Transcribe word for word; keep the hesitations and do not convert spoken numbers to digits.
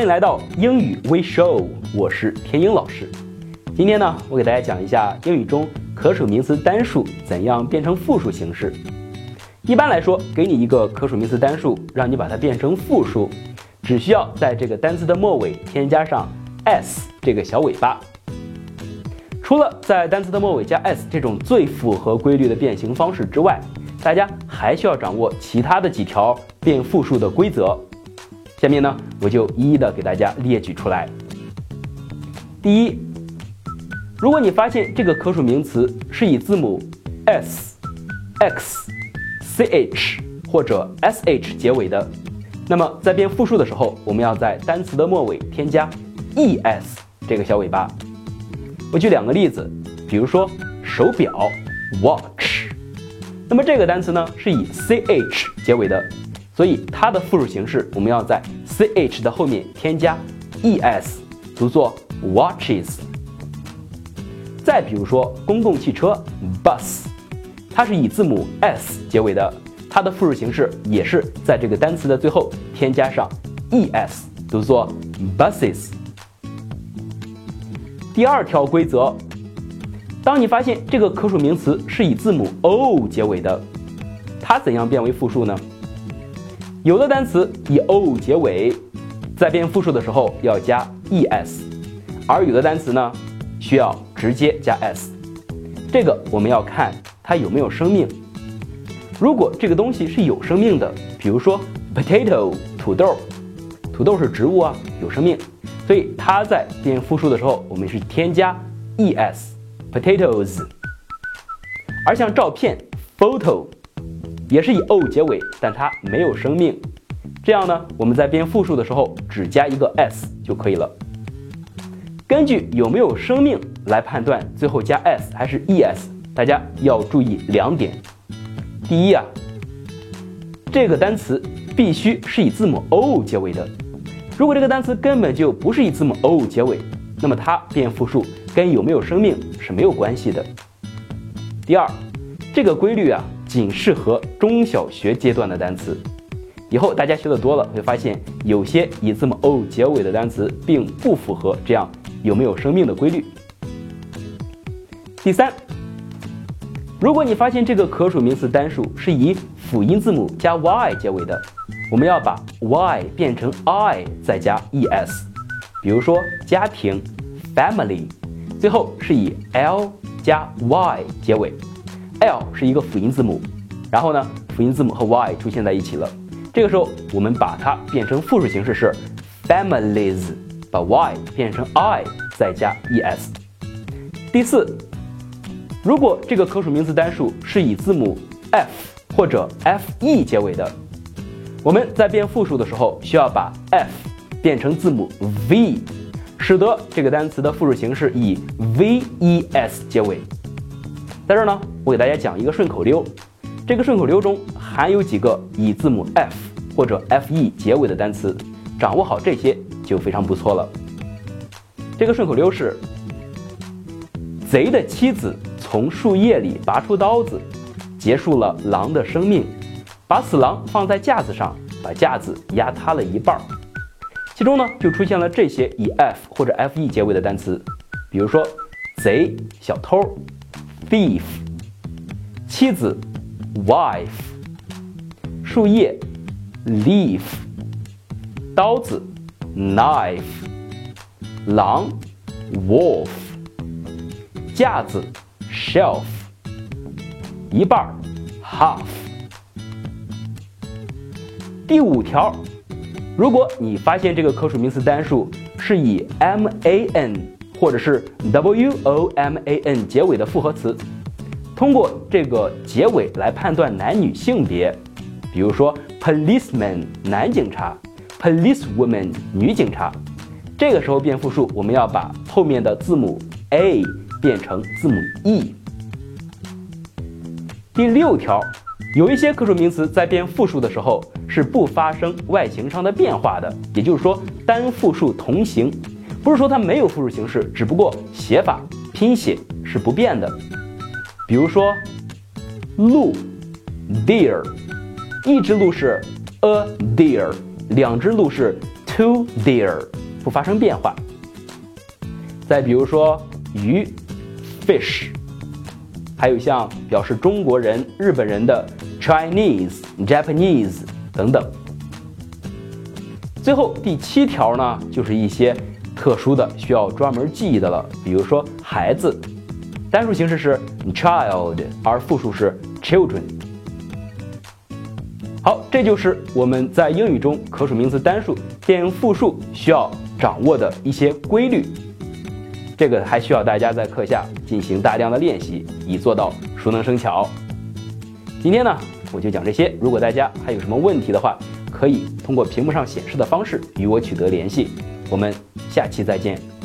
欢迎来到英语微 show， 我是天鹰老师。今天呢，我给大家讲一下英语中可数名词单数怎样变成复数形式。一般来说，给你一个可数名词单数，让你把它变成复数，只需要在这个单词的末尾添加上 s 这个小尾巴。除了在单词的末尾加 s 这种最符合规律的变形方式之外，大家还需要掌握其他的几条变复数的规则。下面呢，我就一一的给大家列举出来。第一，如果你发现这个可数名词是以字母 s、x、ch 或者 sh 结尾的，那么在变复数的时候，我们要在单词的末尾添加 es 这个小尾巴。我举两个例子，比如说手表 watch， 那么这个单词呢是以 ch 结尾的，所以它的复数形式我们要在 ch 的后面添加 es， 读作 watches。再比如说公共汽车 bus， 它是以字母 s 结尾的，它的复数形式也是在这个单词的最后添加上 es， 读作 buses。第二条规则，当你发现这个可数名词是以字母 o 结尾的，它怎样变为复数呢？有的单词以 o 结尾，在变复数的时候要加 es， 而有的单词呢需要直接加 s。 这个我们要看它有没有生命。如果这个东西是有生命的，比如说 potato 土豆，土豆是植物啊，有生命，所以它在变复数的时候我们是添加 es potatoes。 而像照片 photo 也是以 o 结尾，但它没有生命，这样呢我们在变复数的时候只加一个 s 就可以了。根据有没有生命来判断最后加 s 还是 es， 大家要注意两点。第一啊，这个单词必须是以字母 o 结尾的，如果这个单词根本就不是以字母 o 结尾，那么它变复数跟有没有生命是没有关系的。第二，这个规律啊仅适合中小学阶段的单词，以后大家学的多了会发现有些以字母 o 结尾的单词并不符合这样有没有生命的规律。第三，如果你发现这个可数名词单数是以辅音字母加 y 结尾的，我们要把 y 变成 i 再加 es， 比如说家庭 family， 最后是以 l 加 y 结尾， l 是一个辅音字母，然后呢辅音字母和 y 出现在一起了，这个时候我们把它变成复数形式是 families， 把 y 变成 i 再加 es。 第四，如果这个可数名词单数是以字母 f 或者 fe 结尾的，我们在变复数的时候需要把 f 变成字母 v， 使得这个单词的复数形式以 ves 结尾。在这儿呢，我给大家讲一个顺口溜，这个顺口溜中含有几个以字母 f 或者 fe 结尾的单词，掌握好这些就非常不错了。这个顺口溜是：贼的妻子从树叶里拔出刀子，结束了狼的生命，把死狼放在架子上，把架子压塌了一半。其中呢就出现了这些以 f 或者 fe 结尾的单词，比如说贼小偷 thief， 妻子 wife， 树叶 leaf， 刀子 knife， 狼 wolf， 架子 shelf， 一半 half。 第五条，如果你发现这个可数名词单数是以 man 或者是 woman 结尾的复合词，通过这个结尾来判断男女性别，比如说 policeman 男警察， policewoman 女警察，这个时候变复数我们要把后面的字母 a 变成字母 e。 第六条，有一些可数名词在变复数的时候是不发生外形上的变化的，也就是说单复数同形，不是说它没有复数形式，只不过写法拼写是不变的。比如说鹿 deer， 一只鹿是 a deer， 两只鹿是 two to their 不发生变化。再比如说鱼 fish， 还有像表示中国人、日本人的 Chinese、Japanese 等等。最后第七条呢，就是一些特殊的需要专门记忆的了，比如说孩子，单数形式是 child， 而复数是 children。好，这就是我们在英语中可数名词单数变用复数需要掌握的一些规律。这个还需要大家在课下进行大量的练习，以做到熟能生巧。今天呢，我就讲这些。如果大家还有什么问题的话，可以通过屏幕上显示的方式与我取得联系。我们下期再见。